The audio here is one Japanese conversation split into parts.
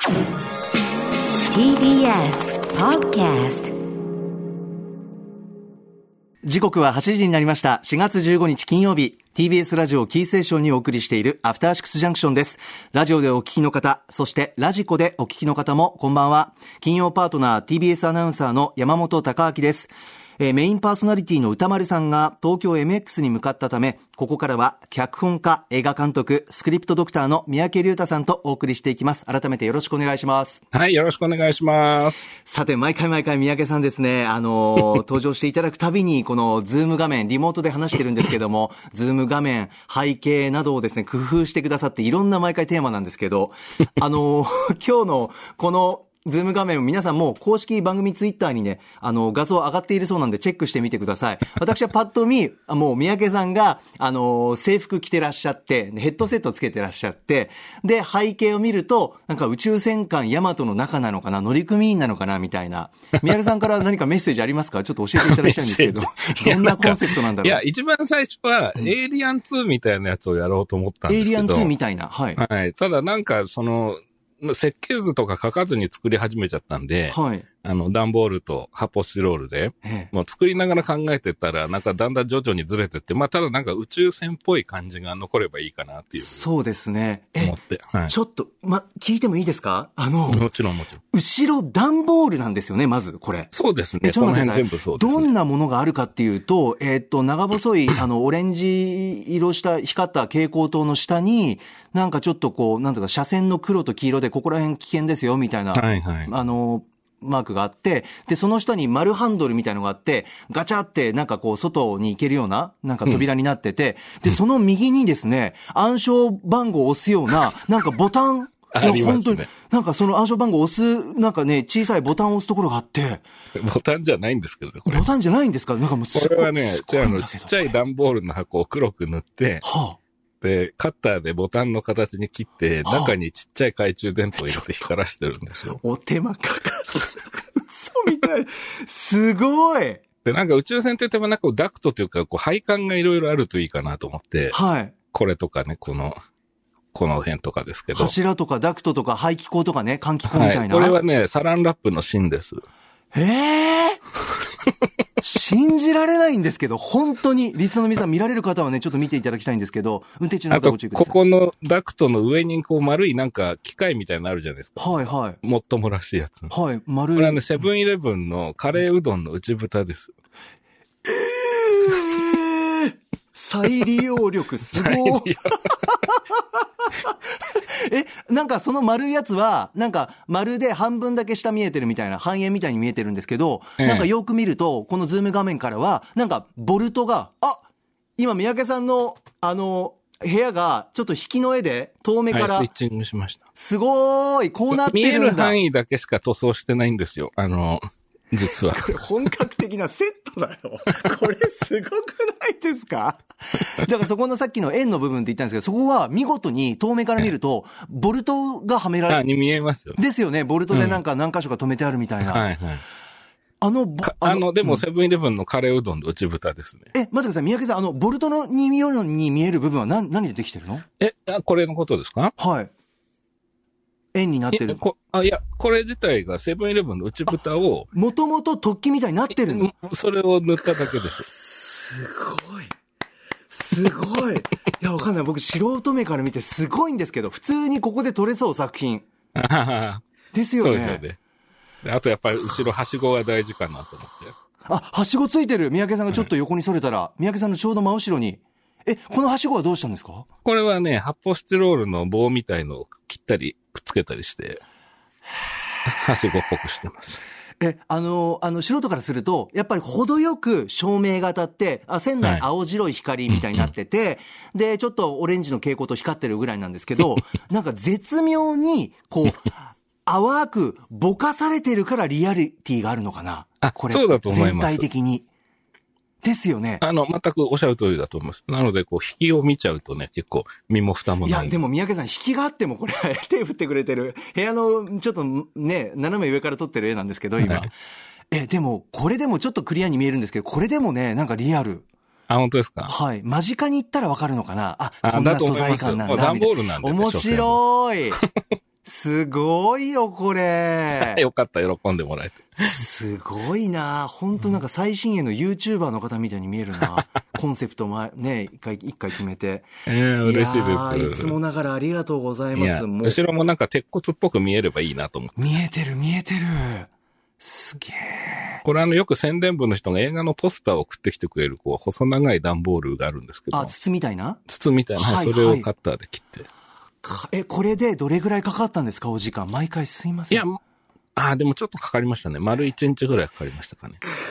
TBS Podcast。 時刻は8時になりました。4月15日金曜日、TBS ラジオキーステーションにお送りしているアフターシックスジャンクションです。ラジオでお聞きの方、そしてラジコでお聞きの方もこんばんは。金曜パートナー TBS アナウンサーの山本貴明です。メインパーソナリティの歌丸さんが東京 MX に向かったため、ここからは脚本家、映画監督、スクリプトドクターの三宅龍太さんとお送りしていきます。改めてよろしくお願いします。 はい、よろしくお願いします。 さて、毎回三宅さんですね、登場していただくたびに、このズーム画面、リモートで話してるんですけども、ズーム画面、背景などをですね、工夫してくださって、いろんな毎回テーマなんですけど、今日のこのズーム画面を皆さんも公式番組ツイッターにね、画像上がっているそうなんでチェックしてみてください。私はパッと見、もう三宅さんが、制服着てらっしゃって、ヘッドセットつけてらっしゃって、で、背景を見ると、なんか宇宙戦艦ヤマトの中なのかな、乗組員なのかな、みたいな。三宅さんから何かメッセージありますか？ちょっと教えていただきたいんですけど。どんなコンセプトなんだろう。 いや、一番最初は、エイリアン2みたいなやつをやろうと思ったんですけど。 エイリアン2みたいな。はい。 はい。ただなんか、設計図とか書かずに作り始めちゃったんで、はい。段ボールと発泡スチロールで、もう作りながら考えてったら、なんかだんだん徐々にずれてって、まあ、ただなんか宇宙船っぽい感じが残ればいいかなっていう。 そうですね。 思って。はい。 ちょっと、聞いてもいいですか？ もちろん。 後ろ段ボールなんですよね、まず、これ。 そうですね。この辺全部そうですね。 どんなものがあるかっていうと、長細い、オレンジ色した光った蛍光灯の下に、なんかちょっとこう、なんとか車線の黒と黄色で、ここら辺危険ですよ、みたいな。 はいはい。 マークがあって、で、その下に丸ハンドルみたいのがあって、ガチャってなんかこう外に行けるような、なんか扉になってて、で、その右にですね、暗証番号を押すような、なんかボタン、 ありますね。 本当に、なんかその暗証番号を押す、なんかね、小さいボタンを押すところがあって。 ボタンじゃないんですけどね、これ。 ボタンじゃないんですか？なんかもうこれはね、ちっちゃい段ボールの箱を黒く塗って、はあ、で、カッターでボタンの形に切って、中にちっちゃい懐中電灯を入れて光らしてるんですよ。 お手間かかる。嘘みたい。すごい。 で、なんか宇宙船って言ってもなんかダクトというか、こう配管がいろいろあるといいかなと思って。はい。これとかね、この辺とかですけど。 柱とかダクトとか排気口とかね、換気口みたいな。はい、 これはね、サランラップの芯です。 信じられないんですけど、本当に、リスナーの皆さん見られる方はね、ちょっと見ていただきたいんですけど、運転中の方ご注意ください。 ここのダクトの上にこう丸いなんか機械みたいなのあるじゃないですか。 はいはい。 もっともらしいやつ。 はい、丸い。 これはね、セブンイレブンのカレーうどんの内蓋です。 再利用力すごい。なんかその丸いやつは、なんか丸で半分だけ下見えてるみたいな、半円みたいに見えてるんですけど、なんかよく見ると、このズーム画面からは、なんかボルトが、今三宅さんの、部屋がちょっと引きの絵で遠目から、 はい、スイッチングしました。 すごーい、こうなってるんだ。 見える範囲だけしか塗装してないんですよ。実は。 これ本格的なセットだよ。これすごくないですか？だからそこのさっきの円の部分って言ったんですけど、そこは見事に遠目から見ると、ボルトがはめられてる。 見えますよ。 ですよね。ボルトでなんか何箇所か止めてあるみたいな。はいはい。でもセブンイレブンのカレーうどんの内蓋ですね。 待ってください。三宅さん、ボルトに見える部分は何でできてるの？ これのことですか？ はい。円になってる。 いや、これ自体がセブンイレブンの内蓋を。 もともと突起みたいになってるの？ それを塗っただけです。 すごい。いや、わかんない。僕、素人目から見てすごいんですけど、普通にここで撮れそう作品。ですよね。そうですよね。 あとやっぱり後ろはしごが大事かなと思って。 はしごついてる。三宅さんがちょっと横にそれたら、三宅さんのちょうど真後ろに。このはしごはどうしたんですか？ これはね、発泡スチロールの棒みたいのを切ったり、くっつけたりして、はしごっぽくしてます。 素人からすると、やっぱり程よく照明が当たって、船内青白い光みたいになってて、で、ちょっとオレンジの蛍光灯光ってるぐらいなんですけど、なんか絶妙に、こう、淡くぼかされてるからリアリティがあるのかな？これ。 そうだと思います。 全体的に。ですよね。 全くおっしゃる通りだと思います。なので、こう、引きを見ちゃうとね、結構、身も蓋もない。 いや、でも三宅さん、引きがあっても、これ、手振ってくれてる。部屋の、ちょっとね、斜め上から撮ってる絵なんですけど、今。はい、でも、これでもちょっとクリアに見えるんですけど、これでもね、なんかリアル。 本当ですか？ はい。間近に行ったらわかるのかな？こんな素材感なんだ。 段ボールなんで。 面白い。 すごいよ、これ。 よかった、喜んでもらえて。 すごいな。本当なんか最新鋭の YouTuber の方みたいに見えるな。コンセプトね、一回決めて。 嬉しいです。 いつもながらありがとうございます。 後ろもなんか鉄骨っぽく見えればいいなと思って。 見えてる。すげえ。 これよく宣伝部の人が映画のポスターを送ってきてくれる、細長い段ボールがあるんですけど。 筒みたいな、 それをカッターで切って。 これでどれぐらいかかったんですか、お時間。毎回すいません。 いや、でもちょっとかかりましたね。丸1日ぐらいかかりましたかね。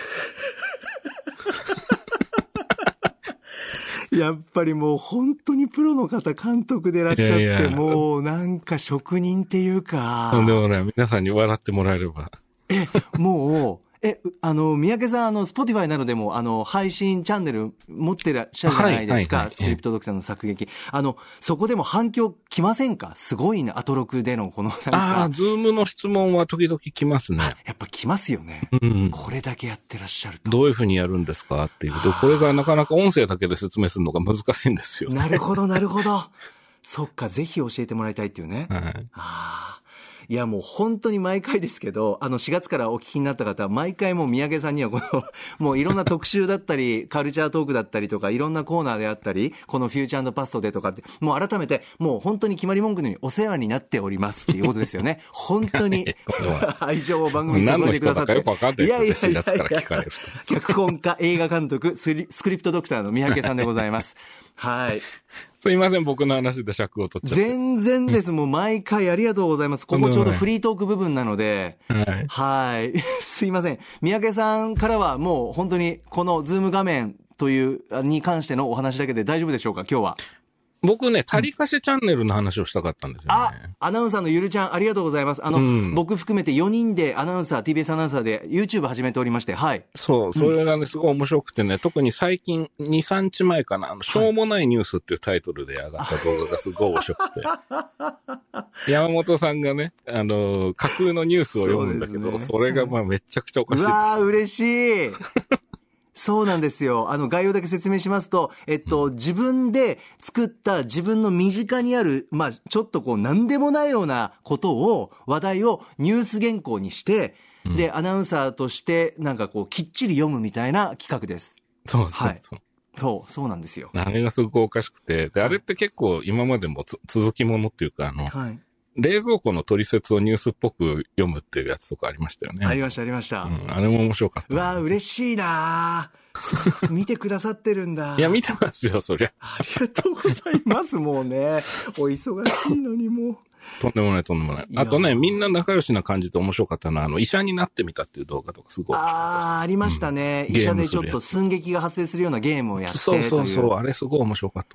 やっぱりもう本当にプロの方、監督でいらっしゃって、もうなんか職人っていうか。 でもね、皆さんに笑ってもらえれば。 もう、三宅さん、Spotify などでも、配信チャンネル持ってらっしゃるじゃないですか。スクリプトドクターの作劇。そこでも反響来ませんか？すごいね、アトロクでのこのなんか。 ズームの質問は時々来ますね。 やっぱ来ますよね。これだけやってらっしゃると。 どういうふうにやるんですかっていうと、これがなかなか音声だけで説明するのが難しいんですよ。 なるほど。そっか、ぜひ教えてもらいたいっていうね。いや、もう本当に毎回ですけど、4月からお聞きになった方は、毎回もう三宅さんにはもういろんな特集だったり、カルチャートークだったりとか、いろんなコーナーであったり、このフューチャー&パストでとかって、もう改めて、もう本当に決まり文句のようにお世話になっておりますっていうことですよね。本当に愛情を番組に注いでくださって。 何の人だかよくわかんないですよ、4月から聞かれると。脚本家、映画監督、スクリプトドクターの三宅さんでございます。はい。 すいません、僕の話で尺を取っちゃって。 全然です。もう毎回ありがとうございます。ここちょうどフリートーク部分なので。はい。すいません。三宅さんからはもう本当にこのズーム画面というに関してのお話だけで大丈夫でしょうか、今日は。 僕ね、タリカシチャンネルの話をしたかったんですよね。 アナウンサーのゆるちゃん、ありがとうございます。僕含めて4人でTBS アナウンサーで YouTube 始めておりまして、はい。 それがね、すごい面白くてね、特に最近、2、3日前かな、しょうもないニュースっていうタイトルで上がった動画がすごい面白くて。山本さんがね、架空のニュースを読むんだけど、それがまあめちゃくちゃおかしいです。 嬉しい。そうなんですよ。概要だけ説明しますと、自分で作った自分の身近にある、ちょっと何でもないような話題をニュース原稿にして、で、アナウンサーとして、きっちり読むみたいな企画です。そうなんですよ。 あれがすごくおかしくて、で、あれって結構今までも続きものっていうか、冷蔵庫の取説をニュースっぽく読むっていうやつとかありましたよね。 ありました。 あれも面白かった。 嬉しいな見てくださってるんだ。 いや、見てますよ、そりゃ。 ありがとうございます、もうね。お忙しいのにもう。 とんでもない。あとね、みんな仲良しな感じで面白かったのは、医者になってみたっていう動画とかすごい面白かったです。 ありましたね。医者でちょっと寸劇が発生するようなゲームをやってそう。あれすごい面白かった。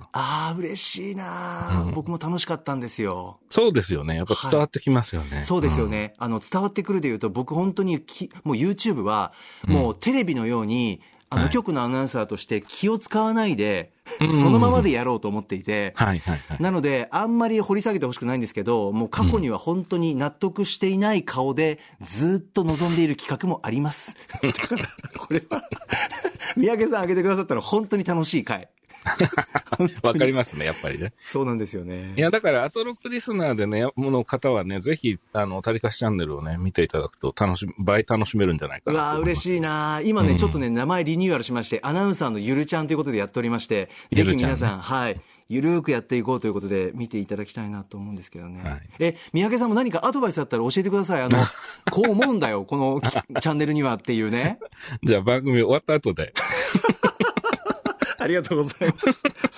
嬉しいな僕も楽しかったんですよ。 そうですよね。やっぱ伝わってきますよね。 そうですよね。伝わってくるで言うと、僕本当にもう YouTube は、もうテレビのように、局のアナウンサーとして気を使わないで、そのままでやろうと思っていて、なので、あんまり掘り下げてほしくないんですけど、もう過去には本当に納得していない顔で、ずっと望んでいる企画もあります。だから、これは、三宅さん挙げてくださったら本当に楽しい回。 わかりますね、やっぱりね。 そうなんですよね。 いや、だから、アトロックリスナーでね、の方はね、ぜひ、タリカシチャンネルをね、見ていただくと倍楽しめるんじゃないかなと思います。 嬉しいな今ね、ちょっとね、名前リニューアルしまして、アナウンサーのゆるちゃんということでやっておりまして、ぜひ皆さん、ゆるーくやっていこうということで、見ていただきたいなと思うんですけどね。三宅さんも何かアドバイスあったら教えてください。こう思うんだよ、このチャンネルにはっていうね。 じゃあ番組終わった後で。 ありがとうございます。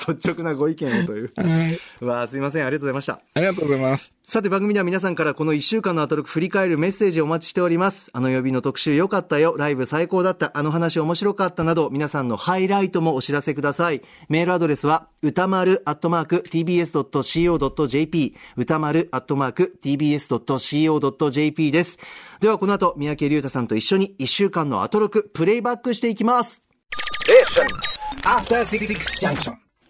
率直なご意見をという。すいません。ありがとうございました。 ありがとうございます。 さて番組では皆さんからこの1週間のアトロック振り返るメッセージをお待ちしております。曜日の特集良かったよ、ライブ最高だった、話面白かったなど、皆さんのハイライトもお知らせください。メールアドレスは、歌丸@tbs.co.jp、歌丸@tbs.co.jp です。ではこの後、三宅龍太さんと一緒に1週間のアトロックプレイバックしていきます。 After 66 junction.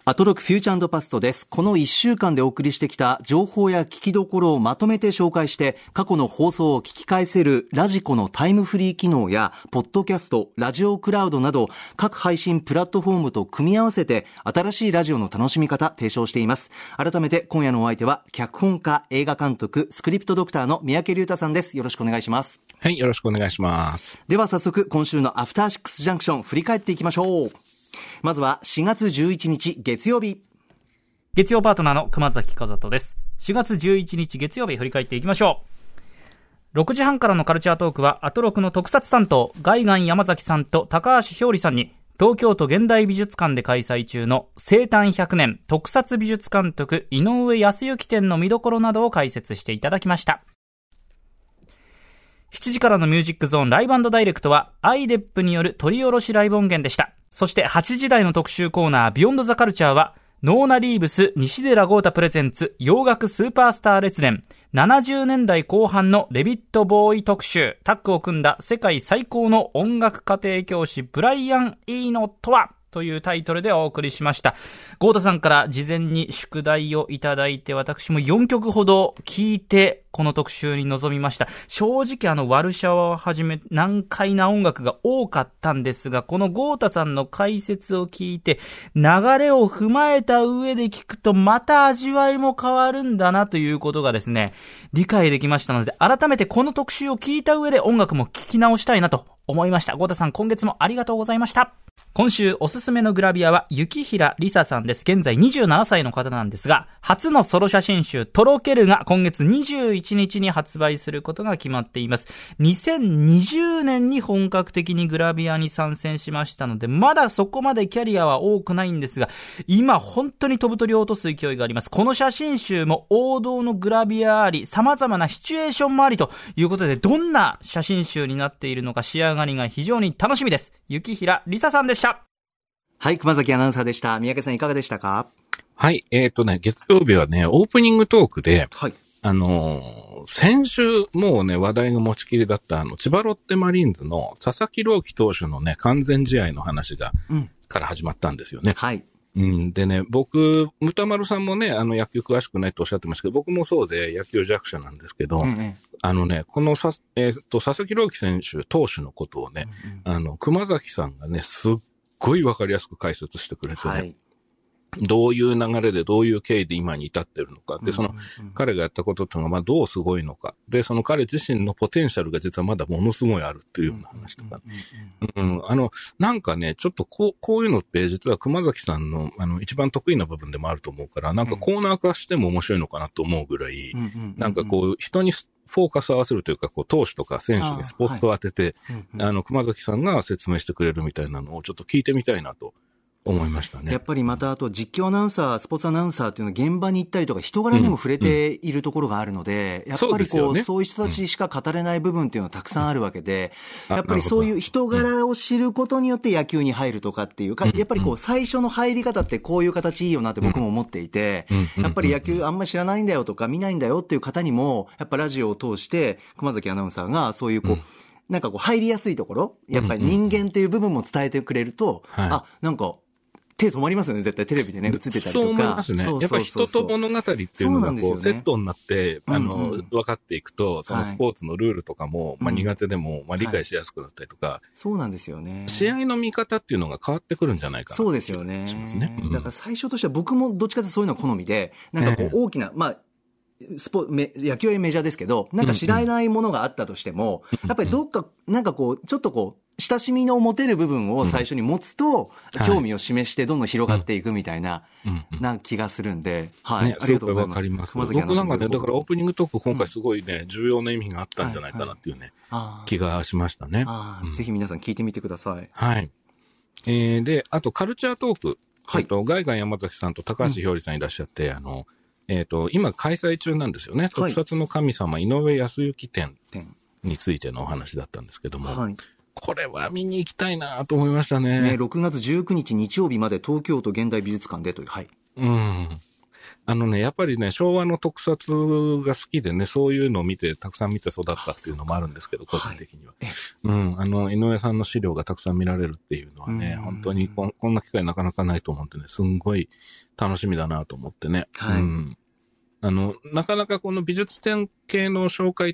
アトロクフューチャー&パストです。この1週間でお送りしてきた情報や聞きどころをまとめて紹介して過去の放送を聞き返せるラジコのタイムフリー機能やポッドキャスト、ラジオクラウドなど各配信プラットフォームと組み合わせて新しいラジオの楽しみ方提唱しています。改めて今夜のお相手は脚本家、映画監督、スクリプトドクターの三宅龍太さんです。よろしくお願いします。 はい、よろしくお願いします。 では早速今週のアフターシックスジャンクション振り返っていきましょう。まずは4月11日月曜日。 月曜パートナーの熊崎和人です。4月11日月曜日振り返っていきましょう。6時半からのカルチャートークはアトロクの特撮担当ガイガン山崎さんと高橋ひょうりさんに東京都現代美術館で開催中の生誕100年特撮美術監督井上康之展の見どころなどを解説していただきました。7時からのミュージックゾーンライブ&ダイレクトはアイデップによる取り下ろしライブ音源でした。そして8時台の特集コーナービヨンドザカルチャーはノーナ・リーブス西寺豪太プレゼンツ洋楽スーパースター列伝70年代後半のレビットボーイ特集、タッグを組んだ世界最高の音楽家庭教師ブライアン・イーノとはというタイトルでお送りしました。豪太さんから事前に宿題をいただいて私も4曲ほど聞いてこの特集に臨みました。正直ワルシャワをはじめ難解な音楽が多かったんですが、この豪太さんの解説を聞いて流れを踏まえた上で聞くとまた味わいも変わるんだなということがですね理解できましたので、改めてこの特集を聞いた上で音楽も聞き直したいなと思いました。豪太さん今月もありがとうございました。今週おすすめのグラビアは雪平りささんです。現在27歳の方なんですが、初のソロ写真集とろけるが今月21日に発売することが決まっています。2020年に本格的にグラビアに参戦しましたので、まだそこまでキャリアは多くないんですが、今本当に飛ぶ鳥を落とす勢いがあります。この写真集も王道のグラビアあり、様々なシチュエーションもありということで、どんな写真集になっているのか仕上がりが非常に楽しみです。雪平りささんでした。 はい、熊崎アナウンサーでした。三宅さんいかがでしたか？ はい、月曜日はね、オープニングトークで、はい、先週もうね、話題が持ちきりだった千葉ロッテマリーンズの佐々木朗希投手のね、完全試合の話が、から始まったんですよね。はい。でね、僕、歌丸さんもね、野球詳しくないとおっしゃってましたけど、僕もそうで野球弱者なんですけど、この佐々木朗希選手、投手のことをね、熊崎さんがね、すっごいわかりやすく解説してくれてね、はい、どういう流れでどういう経緯で今に至ってるのか。で、彼がやったことっていうのが、どうすごいのか。で、その彼自身のポテンシャルが実はまだものすごいあるっていうような話とか。なんかね、ちょっとこういうのって実は熊崎さんの、一番得意な部分でもあると思うから、なんかコーナー化しても面白いのかなと思うぐらい、なんか人にフォーカス合わせるというか、投手とか選手にスポットを当てて、熊崎さんが説明してくれるみたいなのをちょっと聞いてみたいなと思いましたね。 やっぱりまたあと実況アナウンサー、スポーツアナウンサーっていうのは現場に行ったりとか人柄にも触れているところがあるので、やっぱりそういう人たちしか語れない部分っていうのはたくさんあるわけで、やっぱりそういう人柄を知ることによって野球に入るとかっていうか、やっぱり最初の入り方ってこういう形いいよなって僕も思っていて、やっぱり野球あんまり知らないんだよとか見ないんだよっていう方にも、やっぱラジオを通して熊崎アナウンサーがそういうなんか入りやすいところ、やっぱり人間っていう部分も伝えてくれると、なんか手止まりますよね、絶対テレビでね、映ってたりとか。 そう思いますね。やっぱり人と物語っていうのがセットになって、分かっていくと、そのスポーツのルールとかも、苦手でも、理解しやすくなったりとか。 そうなんですよね。 試合の見方っていうのが変わってくるんじゃないかな。 そうですよね。だから最初としては僕もどっちかというとそういうのは好みで、なんか大きな、野球はメジャーですけど、なんか知らないものがあったとしても、やっぱりどっか、なんかちょっと親しみの持てる部分を最初に持つと、興味を示してどんどん広がっていくみたいな、な気がするんで、はい。ありがとうございます。わかります。 僕なんかね、だからオープニングトーク今回すごいね、重要な意味があったんじゃないかなっていうね、気がしましたね。 ぜひ皆さん聞いてみてください。 はい。で、あとカルチャートーク。ガイガン山崎さんと高橋ひょうりさんいらっしゃって、今開催中なんですよね。特撮の神様、井上康之展についてのお話だったんですけども、これは見に行きたいなと思いましたね。 6月19日日曜日まで東京都現代美術館でという。はい。 やっぱりね、昭和の特撮が好きでね、そういうのを見て、たくさん見て育ったっていうのもあるんですけど、個人的には。井上さんの資料がたくさん見られるっていうのはね、本当にこんな機会なかなかないと思ってね、すんごい楽しみだなと思ってね。はい。なかなかこの美術展系の紹介って、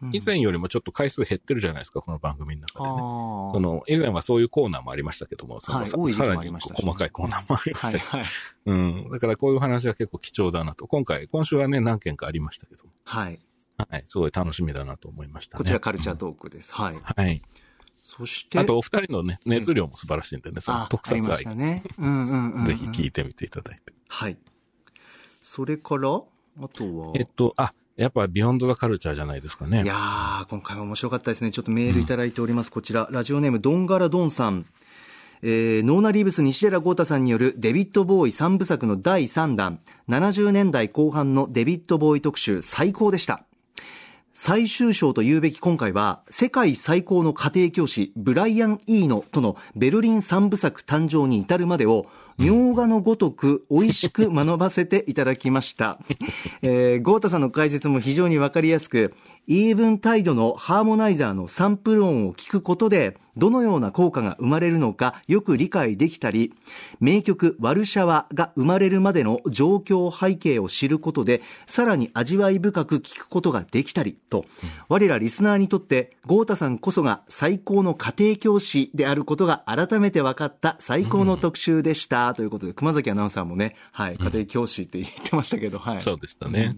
以前よりもちょっと回数減ってるじゃないですか、この番組の中でね。以前はそういうコーナーもありましたけども、さらに細かいコーナーもありましたけど、だからこういう話は結構貴重だなと。今週はね、何件かありましたけども。はい。はい。すごい楽しみだなと思いましたね。 こちらカルチャートークです。はい。 はい。そして。あとお二人のね、熱量も素晴らしいんでね、その特撮愛。ぜひ聞いてみていただいて。 はい。それから、あとはやっぱビヨンドザカルチャーじゃないですかね。 いやー、今回も面白かったですね。ちょっとメールいただいております。こちら、ラジオネームドンガラドンさん。ノーナリーブス西寺豪太さんによるデビッド・ボーイ3部作の第3弾、70年代後半のデビッド・ボーイ特集、最高でした。最終章と言うべき今回は、世界最高の家庭教師、ブライアン・イーノとのベルリン3部作誕生に至るまでを、妙画のごとく美味しく学ばせていただきました。豪太さんの解説も非常にわかりやすく、イーブンタイドのハーモナイザーのサンプル音を聞くことで、どのような効果が生まれるのかよく理解できたり、名曲ワルシャワが生まれるまでの状況背景を知ることで、さらに味わい深く聞くことができたりと、我らリスナーにとって豪太さんこそが最高の家庭教師であることが改めて分かった最高の特集でした、ということで、熊崎アナウンサーもね、はい、家庭教師って言ってましたけど、はい。 そうでしたね。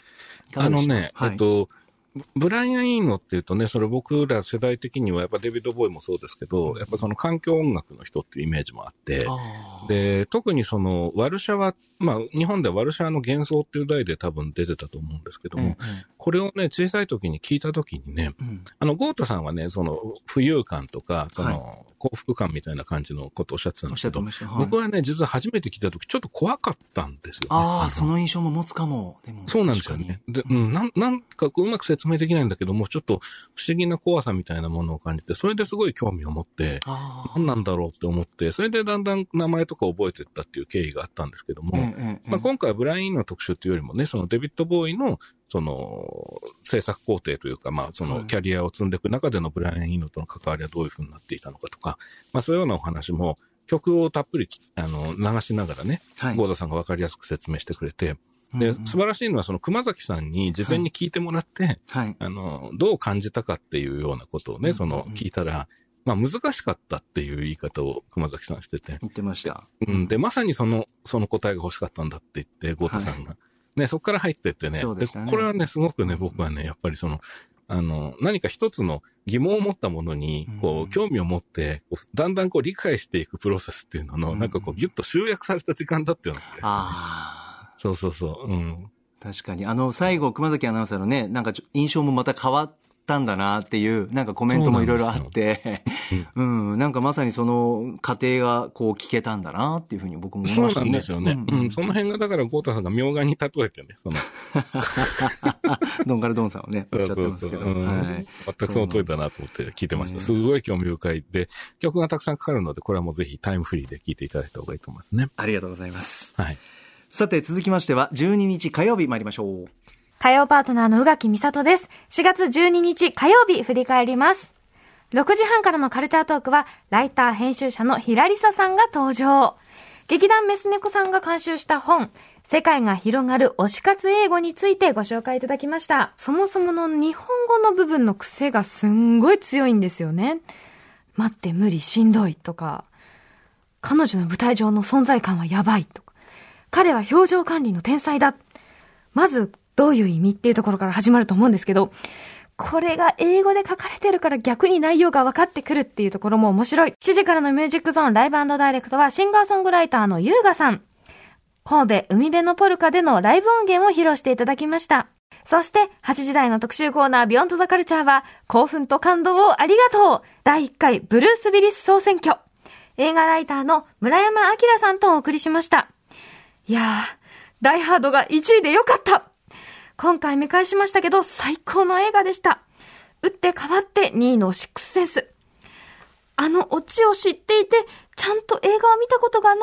ブライアン・イーノっていうとね、それ僕ら世代的にはやっぱデビッド・ボーイもそうですけど、やっぱその環境音楽の人っていうイメージもあって、で、特にそのワルシャワ、日本ではワルシャワの幻想っていう題で多分出てたと思うんですけども、これをね、小さい時に聞いた時にね、ゴートさんはね、その浮遊感とか、その幸福感みたいな感じのことをおっしゃってたんですけど、僕はね、実は初めて聞いた時ちょっと怖かったんですよね。 その印象も持つかも。 でもそうなんですよね。で、なんかうまく説明できないんだけども、ちょっと不思議な怖さみたいなものを感じて、それですごい興味を持って、何なんだろうって思って、それでだんだん名前とか覚えていったっていう経緯があったんですけども、今回はブライアン・イーノの特集というよりもね、そのデビッド・ボーイのその制作工程というか、そのキャリアを積んでいく中でのブライアン・イーノとの関わりはどういう風になっていたのかとか、そういうようなお話も曲をたっぷり流しながらね、ゴーダさんがわかりやすく説明してくれて、で、素晴らしいのはその熊崎さんに事前に聞いてもらって、どう感じたかっていうようなことをね、聞いたら、難しかったっていう言い方を熊崎さんしてて。 言ってました。 で、まさにその答えが欲しかったんだって言って、ゴータさんが。ね、そこから入ってってね。で、これはね、すごくね、僕はね、やっぱり何か一つの疑問を持ったものに、興味を持って、だんだん理解していくプロセスっていうのの、ギュッと集約された時間だっていうような気がして、ね。そう。 確かに。最後、熊崎アナウンサーのね、印象もまた変わったんだなっていう、コメントもいろいろあって、まさにその過程が聞けたんだなっていうふうに僕も思いましたね。 そうなんですよね。その辺がだからゴータさんが妙画に例えてね、 ドンカルドンさんをね、おっしゃってますけど。 全くその通りだなと思って聞いてました。すごい興味深いで、曲がたくさんかかるので、これはもうぜひタイムフリーで聴いていただいた方がいいと思いますね。 ありがとうございます。 はい。 さて続きましては12日火曜日参りましょう。 火曜パートナーの宇垣美里です。4月12日火曜日振り返ります。6時半からのカルチャートークはライター編集者のひらりささんが登場。劇団メス猫さんが監修した本、世界が広がる推し活英語についてご紹介いただきました。そもそもの日本語の部分の癖がすんごい強いんですよね。待って無理しんどいとか、彼女の舞台上の存在感はやばいとか、彼は表情管理の天才だ。まずどういう意味っていうところから始まると思うんですけど、これが英語で書かれてるから逆に内容が分かってくるっていうところも面白い。7時からのミュージックゾーンライブ&ダイレクトはシンガーソングライターの優雅さん。神戸海辺のポルカでのライブ音源を披露していただきました。そして8時台の特集コーナービヨンドザカルチャーは興奮と感動をありがとう第1回ブルース・ウィリス総選挙。映画ライターの村山明さんとお送りしました。いやー、ダイハードが1位でよかった。今回見返しましたけど最高の映画でした。打って変わって2位のシックスセンス。オチを知っていてちゃんと映画を見たことがない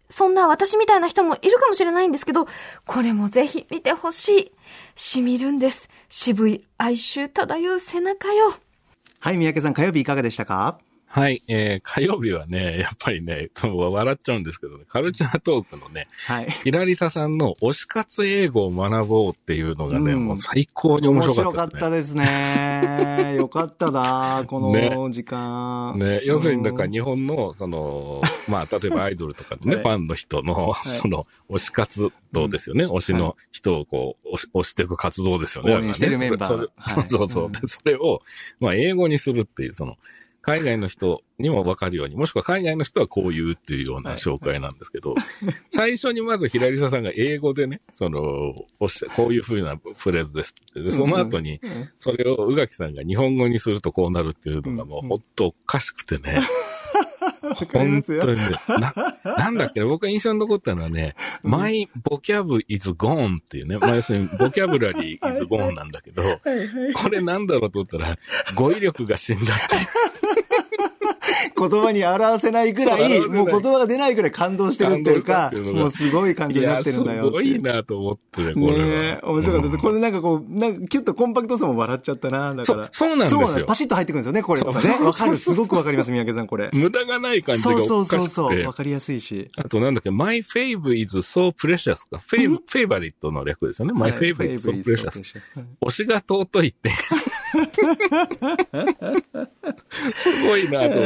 そんな私みたいな人もいるかもしれないんですけど、これもぜひ見てほしい。しみるんです。渋い哀愁漂う背中よ。 はい、三宅さん、火曜日いかがでしたか？ はい、火曜日はね、やっぱりね、笑っちゃうんですけどね、カルチャートークのね、はい、ヒラリサさんの推し活英語を学ぼうっていうのがね、もう最高に面白かったですね。 面白かったですね。よかったなこの時間。 ね、要するにだから日本の、まあ、例えばアイドルとかのね、はい、ファンの人の、推し活動ですよね。推しの人をこう、推していく活動ですよね。 応援してるメンバー。 そう。で、それを、まあ、英語にするっていう、海外の人にも分かるように、もしくは海外の人はこう言うっていうような紹介なんですけど、最初にまず平リサさんが英語でね、こういう風なフレーズですって。で、その後に、それを宇垣さんが日本語にするとこうなるっていうのがもうほんとおかしくてね。本当にね。なんだっけね、僕が印象に残ったのはね、My vocab is gone っていうね、まあ要するにボキャブラリー is gone なんだけど、これなんだろうと思ったら、語彙力が死んだっていう。 言葉に表せないぐらい、もう言葉が出ないぐらい感動してるっていうか、もうすごい感情になってるんだよ。 すごいなと思ってね、これは。 ね面白かったです。これなんかこう、キュッとコンパクトさも笑っちゃったな、だから。 そうなんですよ。 パシッと入ってくるんですよね、これとかね。わかる、すごくわかります、三宅さん、これ。 無駄がない感じがおかしくて。 そう、わかりやすいし。 あとなんだっけ、My fave is so precious か。フェイバリットの略ですよね。My fave is so precious。推しが尊いって。すごいなと思って。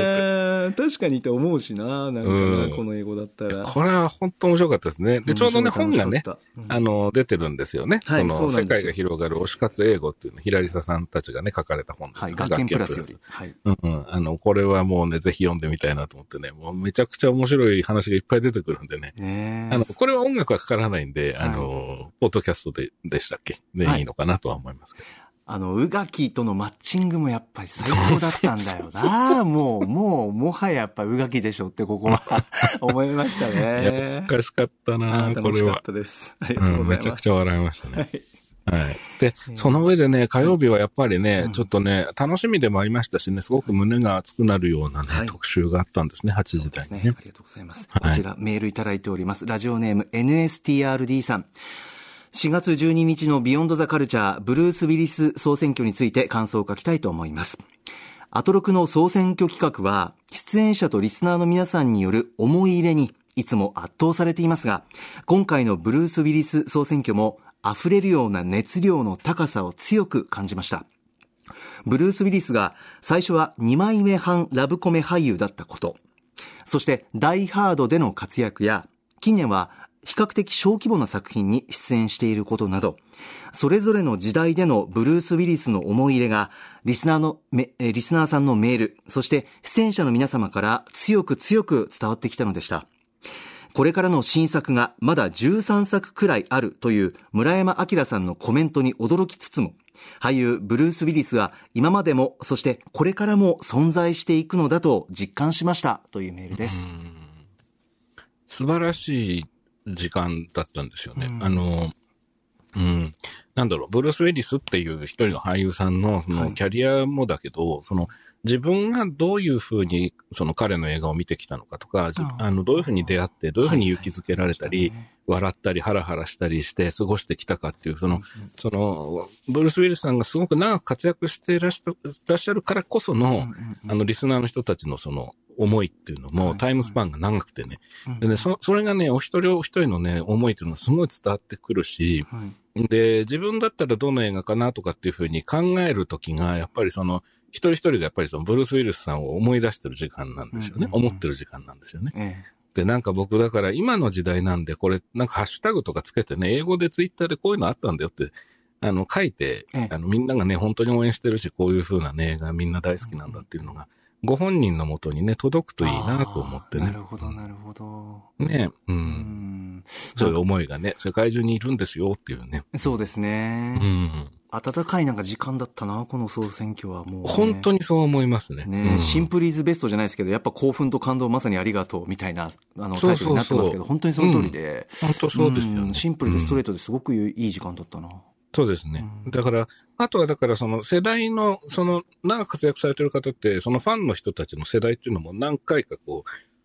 確かにって思うしな、なんかこの英語だったら。 これは本当面白かったですね。で、ちょうどね、本がね、出てるんですよね。はい、世界が広がる推し活英語っていうの、ヒラリサさんたちがね、書かれた本です。 はい、学研プラスより。はい。 これはもうね、ぜひ読んでみたいなと思ってね、もうめちゃくちゃ面白い話がいっぱい出てくるんでね。これは音楽はかからないんで、ポッドキャストでしたっけね、いいのかなとは思いますけど。 宇垣とのマッチングもやっぱり最高だったんだよな。もはややっぱ宇垣でしょってここは思いましたね。 おかしかったな、これは。 楽しかったです。ありがとうございます。 めちゃくちゃ笑いましたね。はい。で、その上でね、火曜日はやっぱりね、ちょっとね、楽しみでもありましたしね、すごく胸が熱くなるようなね、特集があったんですね、8時台にね。 ありがとうございます。こちらメールいただいております。ラジオネーム NSTRD さん。4月12日のビヨンドザカルチャーブルース・ウィリス総選挙について感想を書きたいと思います。アトロクの総選挙企画は出演者とリスナーの皆さんによる思い入れにいつも圧倒されていますが、今回のブルース・ウィリス総選挙も溢れるような熱量の高さを強く感じました。ブルース・ウィリスが最初は2枚目半ラブコメ俳優だったこと、そしてダイ・ハードでの活躍や近年は比較的小規模な作品に出演していることなど、それぞれの時代でのブルース・ウィリスの思い入れがリスナーさんのメール、そして出演者の皆様から強く伝わってきたのでした。これからの新作がまだ13作くらいあるという村山明さんのコメントに驚きつつも、俳優ブルース・ウィリスは今までもそしてこれからも存在していくのだと実感しましたというメールです。 素晴らしい時間だったんですよね。なんだろう、ブルース・ウィリスっていう一人の俳優さんのキャリアもだけど、自分がどういうふうに彼の映画を見てきたのかとか、どういうふうに出会って、どういうふうに勇気づけられたり、笑ったりハラハラしたりして過ごしてきたかっていう、ブルース・ウィリスさんがすごく長く活躍していらっしゃるからこその、リスナーの人たちの思いっていうのもタイムスパンが長くてね。でね、それがね、お一人お一人のね、思いっていうのがすごい伝わってくるし、で、自分だったらどの映画かなとかっていうふうに考えるときが、やっぱり一人一人がやっぱりブルース・ウィリスさんを思い出してる時間なんですよね。思ってる時間なんですよね。で、なんか僕だから今の時代なんで、これなんかハッシュタグとかつけてね、英語でツイッターでこういうのあったんだよって、書いて、みんながね、本当に応援してるし、こういう風なね、映画みんな大好きなんだっていうのが、ご本人のもとにね、届くといいなと思ってね。 なるほど。 ね、そういう思いがね、世界中にいるんですよっていうね。 そうですね。温かいなんか時間だったな、この総選挙はもう、ね。 本当にそう思いますね。 シンプルイズベストじゃないですけど、やっぱ興奮と感動まさにありがとうみたいな、タイトルになってますけど、本当にその通りで。 本当そうですよね。 シンプルでストレートですごくいい時間だったな。 そうですね。だから、あとはだから世代の、長く活躍されてる方って、ファンの人たちの世代っていうのも何回か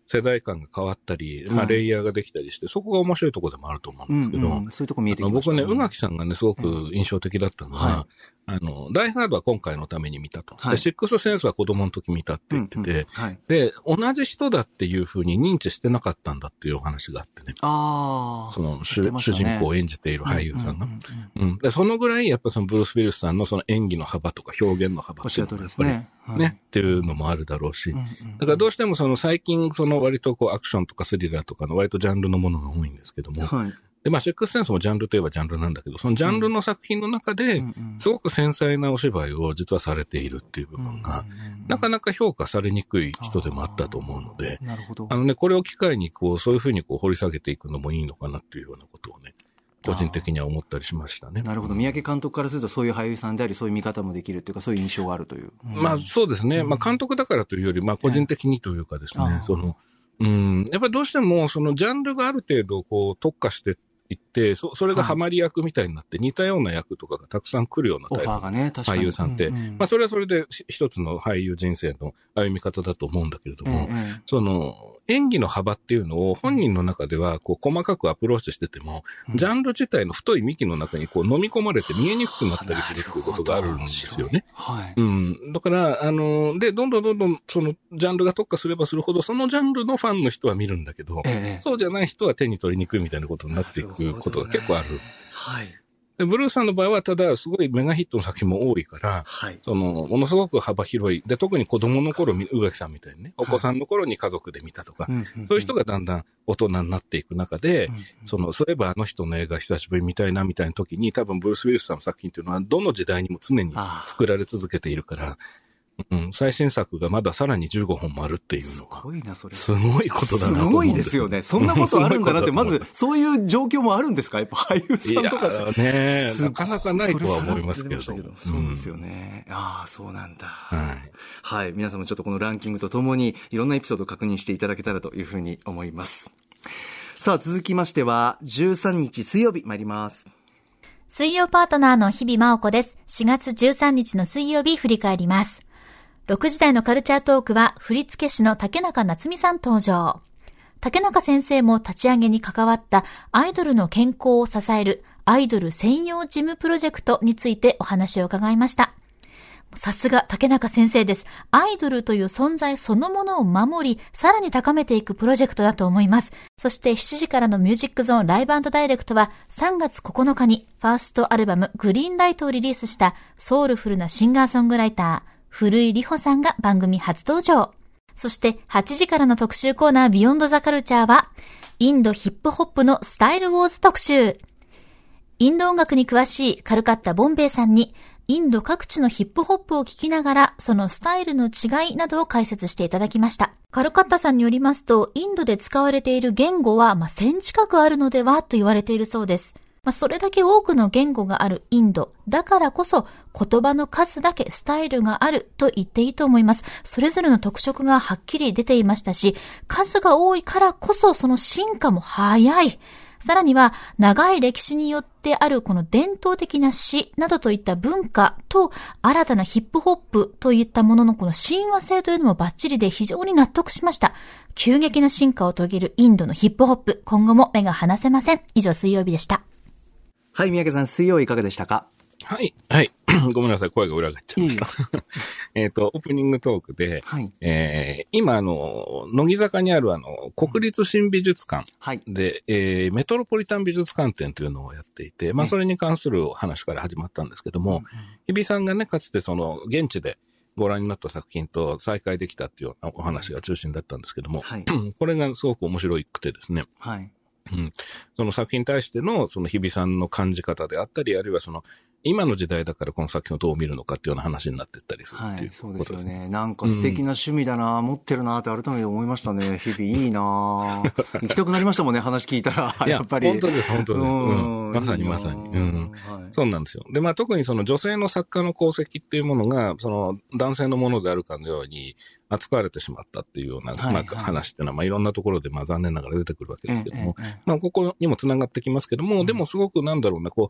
世代間が変わったり、まあ、レイヤーができたりして、そこが面白いところでもあると思うんですけど、 そういうとこ見えてきましたね。 僕ね、宇垣さんがね、すごく印象的だったのは、ダイハードは今回のために見たと。で、シックスセンスは子供の時見たって言ってて、で、同じ人だっていうふうに認知してなかったんだっていうお話があってね。その主人公を演じている俳優さんの。で、そのぐらい、やっぱそのブルース・ウィルスさんのその演技の幅とか表現の幅っていうのがやっぱりね、っていうのもあるだろうし。だからどうしてもその最近、その割とこうアクションとかスリラーとかの割とジャンルのものが多いんですけども。で、まあ、シックスセンスもジャンルといえばジャンルなんだけど、そのジャンルの作品の中で、すごく繊細なお芝居を実はされているっていう部分が、なかなか評価されにくい人でもあったと思うので、これを機会にこう、そういうふうにこう掘り下げていくのもいいのかなっていうようなことをね、個人的には思ったりしましたね。 なるほど。三宅監督からするとそういう俳優さんであり、そういう見方もできるっていうか、そういう印象があるという。 まあ、そうですね。まあ、監督だからというより、まあ、個人的にというかですね、やっぱりどうしても、そのジャンルがある程度、こう、特化していって、それがハマり役みたいになって、似たような役とかがたくさん来るようなタイプの俳優さんって、まあ、それはそれで一つの俳優人生の歩み方だと思うんだけれども、その、演技の幅っていうのを本人の中ではこう細かくアプローチしてても、ジャンル自体の太い幹の中にこう飲み込まれて見えにくくなったりするっていうことがあるんですよね。だから、で、どんどんそのジャンルが特化すればするほど、そのジャンルのファンの人は見るんだけど、そうじゃない人は手に取りにくいみたいなことになっていくことが結構あるんですよ。でブルーさんの場合は、ただ、すごいメガヒットの作品も多いから、ものすごく幅広い。で、特に子供の頃、宇垣さんみたいにね、お子さんの頃に家族で見たとか、そういう人がだんだん大人になっていく中で、そういえばあの人の映画久しぶり見たいなみたいな時に、多分ブルース・ウィルスさんの作品っていうのは、どの時代にも常に作られ続けているから、最新作がまださらに15本もあるっていうのは。すごいな、それ。すごいことだなと思うんです。 すごいですよね。そんなことあるんだなって、まず、そういう状況もあるんですか？やっぱ俳優さんとか。 いやね、なかなかないとは思いますけれど。 そうですよね。ああ、そうなんだ。はい。皆さんもちょっとこのランキングとともに、いろんなエピソードを確認していただけたらというふうに思います。さあ、続きましては、13日水曜日参ります。 水曜パートナーの日々真央子です。4月13日の水曜日振り返ります。6時台のカルチャートークは振付師の竹中夏美さん登場。竹中先生も立ち上げに関わったアイドルの健康を支えるアイドル専用ジムプロジェクトについてお話を伺いました。さすが竹中先生です。アイドルという存在そのものを守り、さらに高めていくプロジェクトだと思います。そして7時からのミュージックゾーンライブ&ダイレクトは3月9日にファーストアルバムグリーンライトをリリースしたソウルフルなシンガーソングライター、古井里穂さんが番組初登場。そして8時からの特集コーナービヨンドザカルチャーはインドヒップホップのスタイルウォーズ特集。インド音楽に詳しいカルカッタボンベイさんにインド各地のヒップホップを聞きながらそのスタイルの違いなどを解説していただきました。カルカッタさんによりますとインドで使われている言語は1000近くあるのではと言われているそうです。それだけ多くの言語があるインドだからこそ言葉の数だけスタイルがあると言っていいと思います。それぞれの特色がはっきり出ていましたし、数が多いからこそその進化も早い。さらには長い歴史によってあるこの伝統的な詩などといった文化と新たなヒップホップといったもののこの親和性というのもバッチリで非常に納得しました。急激な進化を遂げるインドのヒップホップ、今後も目が離せません。以上水曜日でした。 はい、三宅さん、水曜いかがでしたか？ はい。ごめんなさい、声が裏返っちゃいました。オープニングトークで、今、乃木坂にある国立新美術館で、メトロポリタン美術館展というのをやっていて、それに関する話から始まったんですけども、日比さんがね、かつて現地でご覧になった作品と再会できたっていうようなお話が中心だったんですけども、これがすごく面白くてですね、その作品に対してのその日比さんの感じ方であったり、あるいは今の時代だからこの作品をどう見るのかっていうような話になっていったりするっていうことですね。そうですよね。 なんか素敵な趣味だな、持ってるなって改めて思いましたね。日々いいな行きたくなりましたもんね、話聞いたら。やっぱり。 本当です、本当です。まさにまさに。そうなんですよ。で、特に女性の作家の功績っていうものが、男性のものであるかのように扱われてしまったっていうような、話っていうのは、いろんなところで残念ながら出てくるわけですけども、ここにもつながってきますけども、でもすごく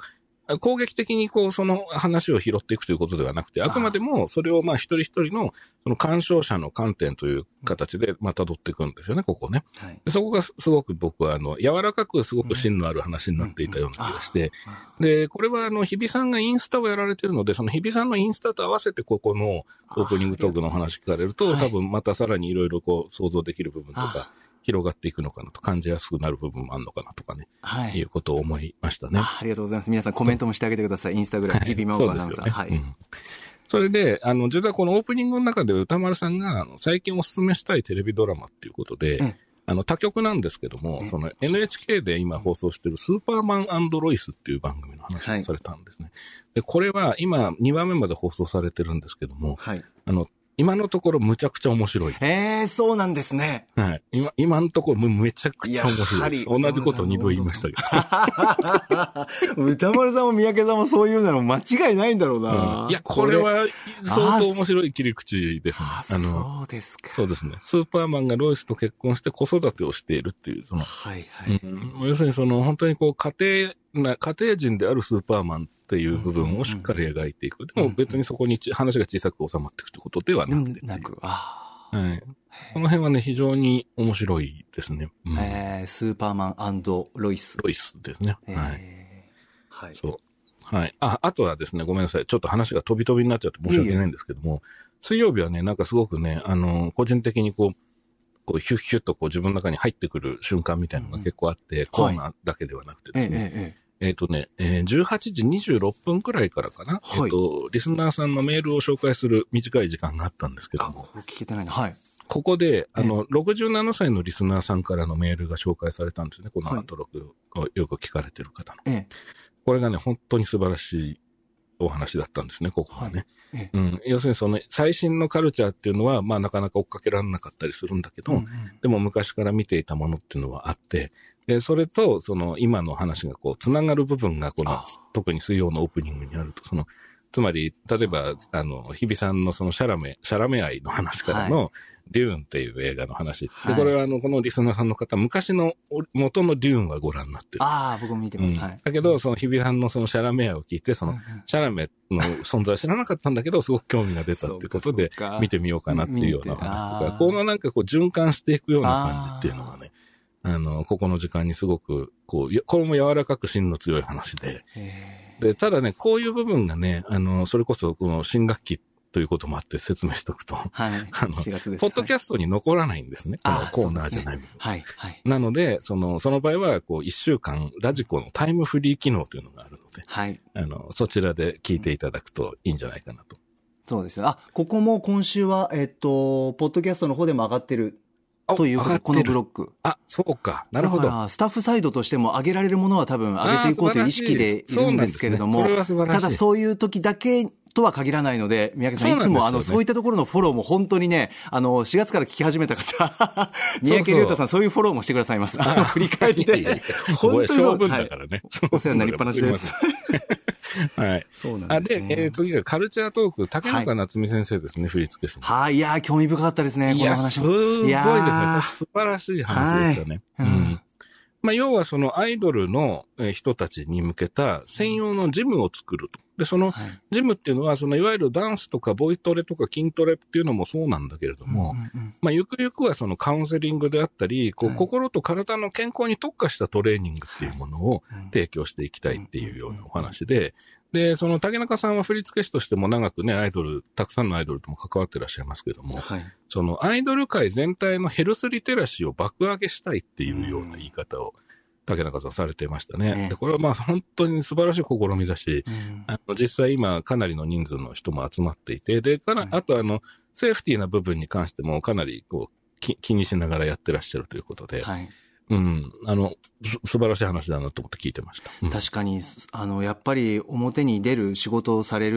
攻撃的にこう、その話を拾っていくということではなくて、あくまでもそれをまあ一人一人のその鑑賞者の観点という形でまあ辿っていくんですよね、ここね。はい、そこがすごく僕は柔らかくすごく芯のある話になっていたような気がして、で、これは日比さんがインスタをやられているので、その日比さんのインスタと合わせてここのオープニングトークの話聞かれると、多分またさらにいろいろこう想像できる部分とか、広がっていくのかなと、感じやすくなる部分もあるのかなとかね、はい、いうことを思いましたね。 ありがとうございます。皆さんコメントもしてあげてください。インスタグラム、日比真央子アナウンサー。はい。 それで、実はこのオープニングの中で歌丸さんが、最近お勧めしたいテレビドラマっていうことで、他局なんですけども、その NHK で今放送しているスーパーマン&ロイスっていう番組の話をされたんですね。はい、で、これは今2話目まで放送されてるんですけども、はい、今のところむちゃくちゃ面白い。 そうなんですね。 はい。今のところめちゃくちゃ面白いです。同じことを2度言いましたけど。 歌丸さんも三宅さんもそういうの間違いないんだろうな。 いや、これは相当面白い切り口ですね。 そうですか。 そうですね。スーパーマンがロイスと結婚して子育てをしているっていう、 はいはい。 要するに本当にこう家庭人であるスーパーマンっていう部分をしっかり描いていく。でも別にそこに話が小さく収まっていくってことではなくて。はい。この辺はね、非常に面白いですね。 スーパーマン&ロイス。 ロイスですね。はい。はい。そう。はい。あとはですね、ごめんなさい。ちょっと話が飛び飛びになっちゃって申し訳ないんですけども、水曜日はね、なんかすごくね、個人的にこうヒュッヒュッとこう自分の中に入ってくる瞬間みたいなのが結構あって、コーナーだけではなくてですね。18時26分くらいからかな。はい、リスナーさんのメールを紹介する短い時間があったんですけども。 聞けてないな。はい。 ここで、67歳のリスナーさんからのメールが紹介されたんですね。このアトロクをよく聞かれてる方の。これがね、本当に素晴らしいお話だったんですね、ここはね。要するに最新のカルチャーっていうのは、まあなかなか追っかけられなかったりするんだけど、でも昔から見ていたものっていうのはあって、で、それと、今の話がこう、つながる部分が、特に水曜のオープニングにあると、つまり、例えば、日比さんのシャラメ愛の話からの、デューンっていう映画の話。で、これはこのリスナーさんの方、昔の元のデューンはご覧になってる。 僕も見てます。はい。 だけど、日比さんのシャラメ愛を聞いて、シャラメの存在を知らなかったんだけど、すごく興味が出たっていうことで、見てみようかなっていうような話とか、このなんかこう、循環していくような感じっていうのがね、ここの時間にすごく、これも柔らかく芯の強い話で。で、ただね、こういう部分がね、それこそこの新学期ということもあって説明しておくと、 はい。4月です。 ポッドキャストに残らないんですね。このコーナーじゃない部分。 はい。はい。 なので、その場合は、1週間、ラジコのタイムフリー機能というのがあるので、はい。そちらで聞いていただくといいんじゃないかなと。 そうですよ。ここも今週は、ポッドキャストの方でも上がってる。ということ、このブロック。 そうか。なるほど。 だから、スタッフサイドとしても上げられるものは多分上げていこうという意識でいるんですけれども、ただそういう時だけとは限らないので、三宅さん、いつもそういったところのフォローも本当にね、4月から聞き始めた方、三宅龍太さん、そういうフォローもしてくださいます。振り返りで。 本当に勝負だからね。 お世話になりっぱなしです。 はい。 そうなんですね。 で、次がカルチャートーク、竹中夏美先生ですね、振付師。 はい、いや、興味深かったですね、この話も。 すごいですね。素晴らしい話でしたね。まあ、要はアイドルの人たちに向けた専用のジムを作ると。で、ジムっていうのは、いわゆるダンスとかボイトレとか筋トレっていうのもそうなんだけれども、まあ、ゆくゆくはカウンセリングであったり、心と体の健康に特化したトレーニングっていうものを提供していきたいっていうようなお話で、で、竹中さんは振付師としても長くね、たくさんのアイドルとも関わってらっしゃいますけども、アイドル界全体のヘルスリテラシーを爆上げしたいっていうような言い方を、竹中さんされてましたね。で、これはまあ本当に素晴らしい試みだし、実際今かなりの人数の人も集まっていて、で、あとセーフティーな部分に関してもかなり気にしながらやってらっしゃるということで、素晴らしい話だなと思って聞いてました。 確かに、やっぱり表に出る仕事をされる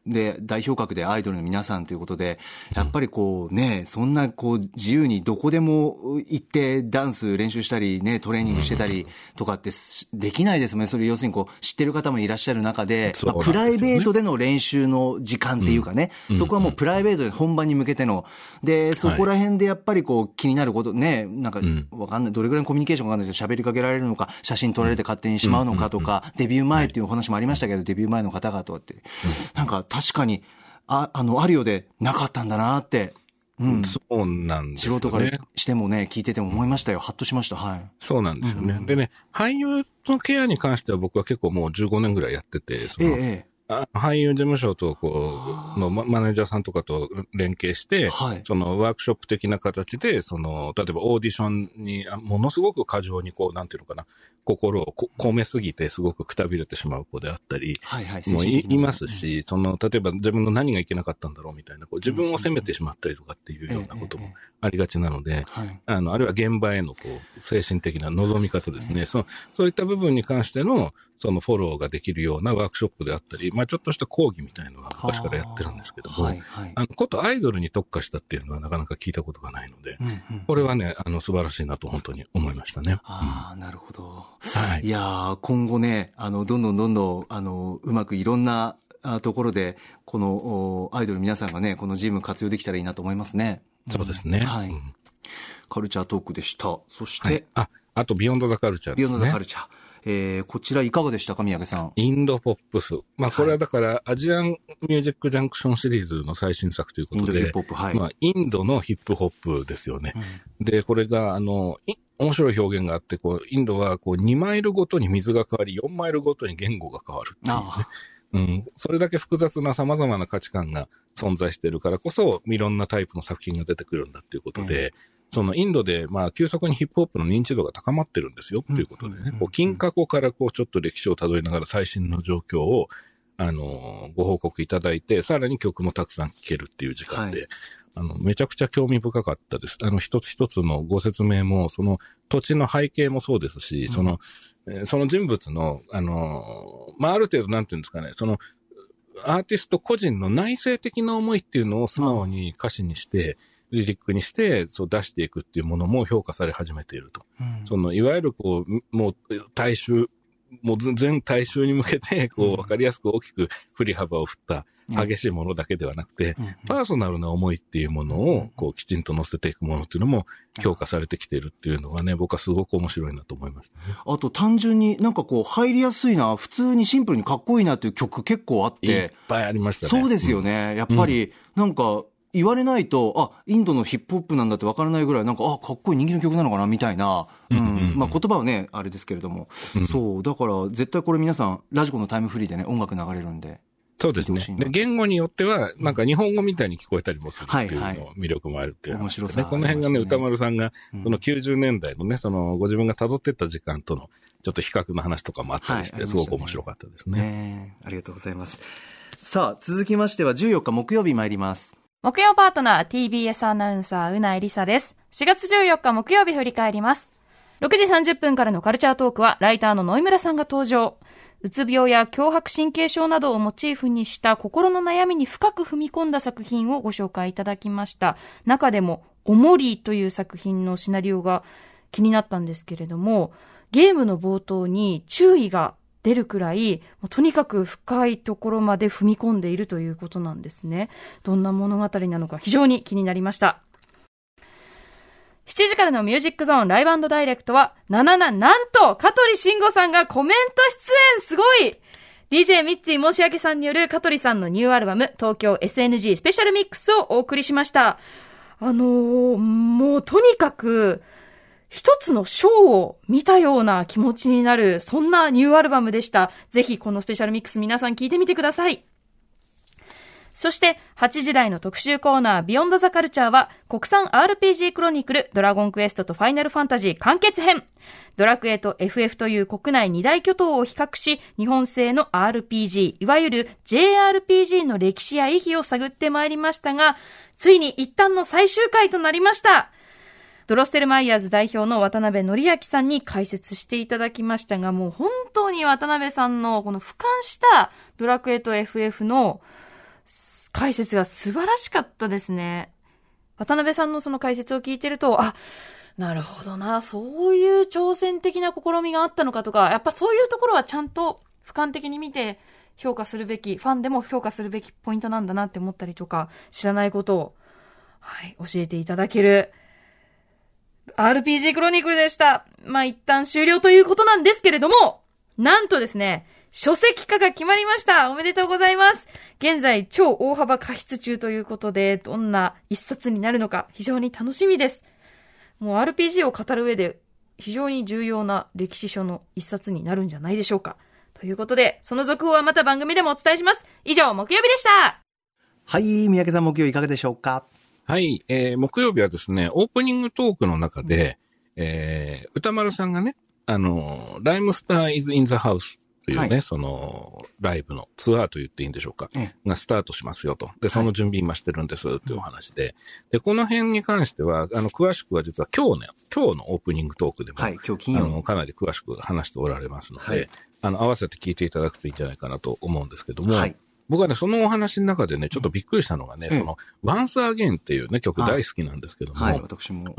で、代表格でアイドルの皆さんということで、やっぱりこうね、そんなこう自由にどこでも行ってダンス練習したりね、トレーニングしてたりとかってできないですもんね。それ要するにこう知ってる方もいらっしゃる中で、まあ、プライベートでの練習の時間っていうかね、そこはもうプライベートで本番に向けての、で、そこら辺でやっぱりこう気になることね、なんかわかんない、どれぐらいのコミュニケーションがあるんですけど、喋りかけられるのか、写真撮られて勝手にしまうのかとか、デビュー前っていうお話もありましたけど、デビュー前の方々って、なんか確かに、あるようでなかったんだなって。 そうなんですよね。 素人からしてもね、聞いてても思いましたよ。ハッとしました。はい。 そうなんですよね。でね、俳優のケアに関しては僕は結構もう15年ぐらいやってて、俳優事務所とのマネージャーさんとかと連携して、はい、そのワークショップ的な形で、例えばオーディションに、ものすごく過剰になんていうのかな、心を込めすぎてすごくくたびれてしまう子であったり、もういますし、例えば自分の何がいけなかったんだろうみたいな、自分を責めてしまったりとかっていうようなこともありがちなので、あるいは現場への精神的な望み方ですね、そういった部分に関しての、フォローができるようなワークショップであったり、まあちょっとした講義みたいなのは昔からやってるんですけども、ことアイドルに特化したっていうのはなかなか聞いたことがないので、これはね、素晴らしいなと本当に思いましたね。 なるほど。はい。いやー、今後ね、どんどん、うまくいろんなところで、このアイドル皆さんがね、このジム活用できたらいいなと思いますね。 そうですね。 はい。カルチャートークでした。そして、 あとビヨンドザカルチャーですね。 ビヨンドザカルチャー。こちらいかがでしたか、宮家さん。 インドポップス。まあ、これはだから、アジアンミュージックジャンクションシリーズの最新作ということで、インドヒップホップ、はい。まあ、インドのヒップホップですよね。で、これが、面白い表現があって、インドは、2マイルごとに水が変わり、4マイルごとに言語が変わるっていうね。それだけ複雑な様々な価値観が存在しているからこそ、いろんなタイプの作品が出てくるんだっていうことで、インドで、まあ、急速にヒップホップの認知度が高まってるんですよっていうことでね、金過去からちょっと歴史をたどりながら最新の状況を、ご報告いただいて、さらに曲もたくさん聴けるっていう時間で、めちゃくちゃ興味深かったです。一つ一つのご説明も、その土地の背景もそうですし、その人物の、まあ、ある程度なんていうんですかね、アーティスト個人の内省的な思いっていうのを素直に歌詞にして、リリックにして、出していくっていうものも評価され始めていると。いわゆるもう大衆、もう全大衆に向けて、わかりやすく大きく振り幅を振った激しいものだけではなくて、パーソナルな思いっていうものを、きちんと乗せていくものっていうのも評価されてきているっていうのはね、僕はすごく面白いなと思いましたね。 あと単純になんか入りやすいな、普通にシンプルにかっこいいなっていう曲結構あって。 いっぱいありましたね。 そうですよね。やっぱり、なんか、言われないと、インドのヒップホップなんだって分からないぐらい、なんか、かっこいい人気の曲なのかなみたいな。まあ言葉はね、あれですけれども。そう。だから、絶対これ皆さん、ラジコのタイムフリーでね、音楽流れるんで。 そうですね。で、言語によっては、なんか日本語みたいに聞こえたりもするっていうの魅力もあるっていう、面白さ。この辺がね、歌丸さんが、90年代のね、ご自分が辿ってった時間との、ちょっと比較の話とかもあったりして、すごく面白かったですね。 ありがとうございます。さあ、続きましては14日木曜日参ります。 木曜パートナー TBS アナウンサーうないりさです。4月14日木曜日振り返ります。6時30分からのカルチャートークはライターの野井村さんが登場。うつ病や強迫神経症などをモチーフにした心の悩みに深く踏み込んだ作品をご紹介いただきました。中でもおもりという作品のシナリオが気になったんですけれども、ゲームの冒頭に注意が出るくらい、とにかく深いところまで踏み込んでいるということなんですね。どんな物語なのか非常に気になりました。7時からのミュージックゾーンライブ&ダイレクトは、なんと、香取慎吾さんがコメント出演すごい !DJ ミッツィ申し訳さんによる香取さんのニューアルバム、東京 SNG スペシャルミックスをお送りしました。もうとにかく、一つのショーを見たような気持ちになる、そんなニューアルバムでした。ぜひこのスペシャルミックス皆さん聞いてみてください。そして8時台の特集コーナービヨンドザカルチャーは国産 RPG クロニクルドラゴンクエストとファイナルファンタジー完結編。ドラクエと FF という国内2大巨頭を比較し、日本製の RPG、いわゆる JRPG の歴史や意義を探ってまいりましたが、ついに一旦の最終回となりました。ドロステルマイヤーズ代表の渡辺則明さんに解説していただきましたが、もう本当に渡辺さんのこの俯瞰したドラクエと FF の解説が素晴らしかったですね。渡辺さんのその解説を聞いてると、なるほどな、そういう挑戦的な試みがあったのかとか、やっぱそういうところはちゃんと俯瞰的に見て評価するべき、ファンでも評価するべきポイントなんだなって思ったりとか、知らないことを、教えていただける RPG クロニクルでした。一旦終了ということなんですけれども、なんとですね、書籍化が決まりました。おめでとうございます。現在超大幅加筆中ということで、どんな一冊になるのか非常に楽しみです。もう RPG を語る上で非常に重要な歴史書の一冊になるんじゃないでしょうか。ということで、その続報はまた番組でもお伝えします。以上、木曜日でした。 はい、三宅さん木曜いかがでしょうか。 はい、木曜日はですね、オープニングトークの中で、歌丸さんがね、ライムスター is in the house というね、その、ライブのツアーと言っていいんでしょうか、がスタートしますよと。で、その準備今してるんですというお話で。で、この辺に関しては、詳しくは実は今日のオープニングトークでも、今日金曜かなり詳しく話しておられますので、合わせて聞いていただくといいんじゃないかなと思うんですけども、僕はね、そのお話の中でね、ちょっとびっくりしたのがね、その、Once Again っていうね、曲大好きなんですけども、 私も。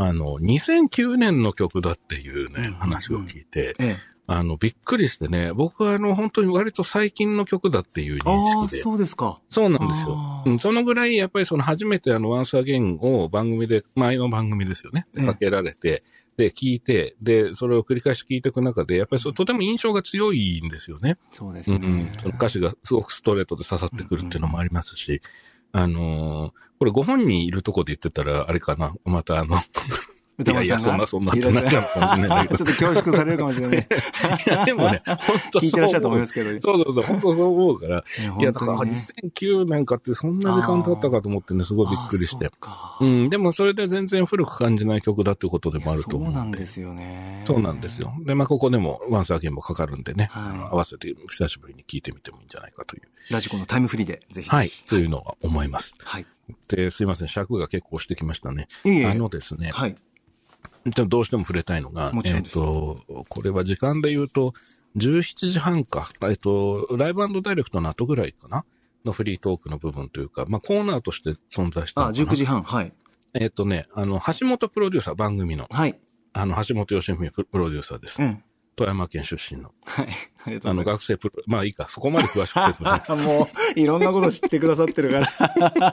2009年の曲だっていうね、話を聞いて、びっくりしてね、僕は本当に割と最近の曲だっていう認識で。 そうですか。 そうなんですよ。そのぐらい、やっぱりその初めてOnce Again を番組で、前の番組ですよね、かけられて、で、聞いて、で、それを繰り返し聞いていく中で、やっぱりとても印象が強いんですよね。 そうですね。 その歌詞がすごくストレートで刺さってくるっていうのもありますし、これご本人いるとこで言ってたら、あれかな、またいやいや、そんなってなっちゃうかもしれないけど。 ちょっと恐縮されるかもしれない。 いや、でもね、本当聞いてらっしゃると思いますけど。 そう、本当そう思うから。いや、だから2009年かってそんな時間経ったかと思ってね、すごいびっくりして。でもそれで全然古く感じない曲だってことでもあると思う。 そうなんですよね。 そうなんですよ。で、ここでもOnce Againもかかるんでね、合わせて久しぶりに聞いてみてもいいんじゃないかという。 ラジコのタイムフリーで、ぜひ。 はい、というのは思います。 はい。 で、すいません、尺が結構してきましたね。ですね。 はい。 どうしても触れたいのが、これは時間で言うと、17時半か、ライブ&ダイレクトの後ぐらいかなのフリートークの部分というか、コーナーとして存在したのかな。 19時半、はい。 橋本プロデューサー、番組の。 はい。 橋本義文プロデューサーです。富山県出身の。 はい。ありがとうございます。 学生いいか、そこまで詳しく説明します。 もう、いろんなこと知ってくださってるから。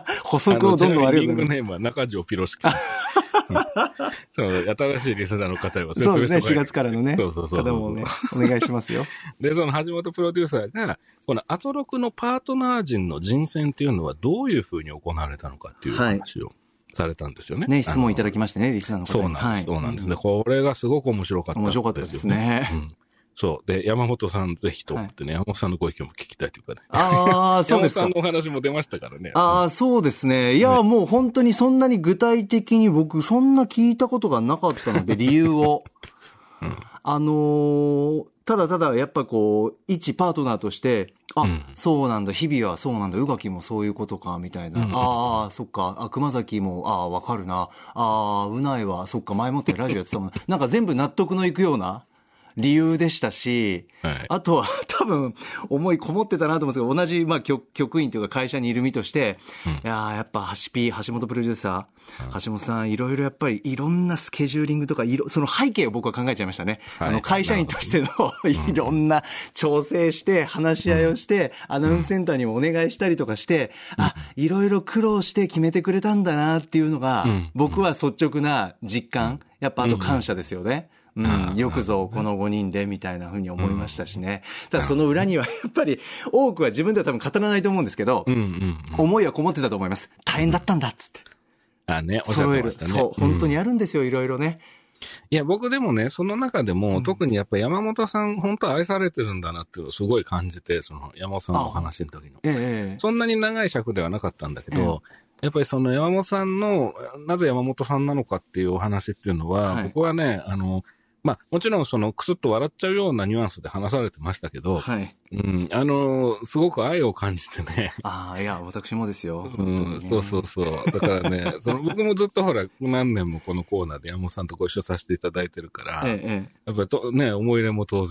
補足をどんどんありがとうございます。 リングネームは中条ピロシキさん。新しいリスナーの方は説明してもらえる。 そうですね、4月からのね。 そう。 方もね、お願いしますよ。 で、その橋本プロデューサーが、このアトロクのパートナー陣の人選っていうのはどういうふうに行われたのかっていう話をされたんですよね。 ね、質問いただきましてね、リスナーの方に。 そうなんですね。これがすごく面白かったですよね。 面白かったですね。 そう。で、山本さんぜひと思ってね、山本さんのご意見も聞きたいというかね。 そうですか。 山本さんのお話も出ましたからね。 そうですね。いや、もう本当にそんなに具体的に僕、そんな聞いたことがなかったので、理由を。ただただ、やっぱ一パートナーとして、そうなんだ、日々はそうなんだ、宇垣もそういうことか、みたいな。そっか、熊崎も、わかるな。うないは、そっか、前もってラジオやってたもん。なんか全部納得のいくような理由でしたし、あとは多分思いこもってたなと思うんですけど、同じ局員というか会社にいる身として、やっぱ橋本プロデューサー、橋本さんいろいろやっぱりいろんなスケジューリングとかその背景を僕は考えちゃいましたね。会社員としてのいろんな調整して話し合いをして、アナウンスセンターにもお願いしたりとかして、いろいろ苦労して決めてくれたんだなっていうのが、僕は率直な実感、やっぱあと感謝ですよね。よくぞこの5人でみたいな風に思いましたしね。ただその裏にはやっぱり多くは自分では多分語らないと思うんですけど、思いはこもってたと思います。大変だったんだっつって。 おっしゃってましたね。 そう、本当にあるんですよ、いろいろね。 いや、僕でもね、その中でも、特にやっぱり山本さん、本当は愛されてるんだなっていうのをすごい感じて、その山本さんのお話の時の。そんなに長い尺ではなかったんだけど、やっぱりその山本さんの、なぜ山本さんなのかっていうお話っていうのは、僕はね、もちろんそのクスッと笑っちゃうようなニュアンスで話されてましたけど、すごく愛を感じてね。 いや、私もですよ。 そう。だからね、僕もずっとほら、何年もこのコーナーで山本さんとご一緒させていただいてるから、やっぱりね、思い入れも当然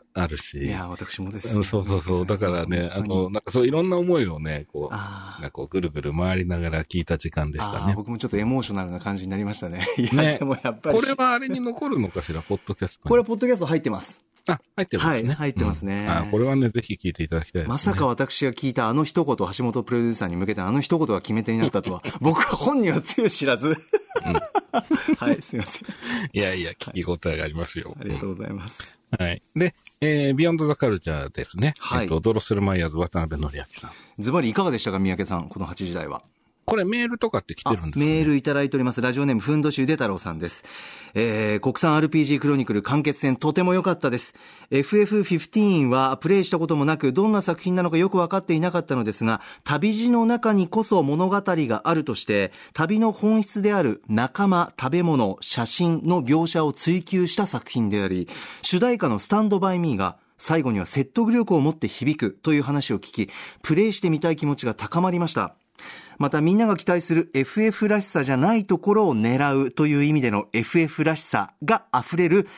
あるし。 いや、私もです、 ね。そうそうそう。だからね、なんかそういろんな思いをね、こう、なんかこうぐるぐる回りながら聞いた時間でしたね。 僕もちょっとエモーショナルな感じになりましたね。いや、ね、でもやっぱり。 これはあれに残るのかしら、ポッドキャストに。 これはポッドキャスト入ってます。 入ってますね。 はい、入ってますね。 これはね、ぜひ聞いていただきたいですね。 まさか私が聞いたあの一言、橋本プロデューサーに向けてあの一言が決め手になったとは、僕は本人はつゆ知らず。はい、すみません。 いやいや、聞き応えがありますよ。 ありがとうございます。 はい。で、ビヨンドザカルチャーですね。はい。ドロッセルマイヤーズ渡辺則明さん。 ズバリいかがでしたか、三宅さん、この8時台は。 これメールとかって来てるんですか、ね、 メールいただいております。ラジオネームふんどしゆで太郎さんです。国産 RPG クロニクル完結戦とても良かったです。FF15 はプレイしたこともなく、どんな作品なのかよく分かっていなかったのですが、旅路の中にこそ物語があるとして、旅の本質である仲間、食べ物、写真の描写を追求した作品であり、主題歌のスタンドバイミーが最後には説得力を持って響くという話を聞き、プレイしてみたい気持ちが高まりました。またみんなが期待する FF らしさじゃないところを狙うという意味での FF らしさが溢れる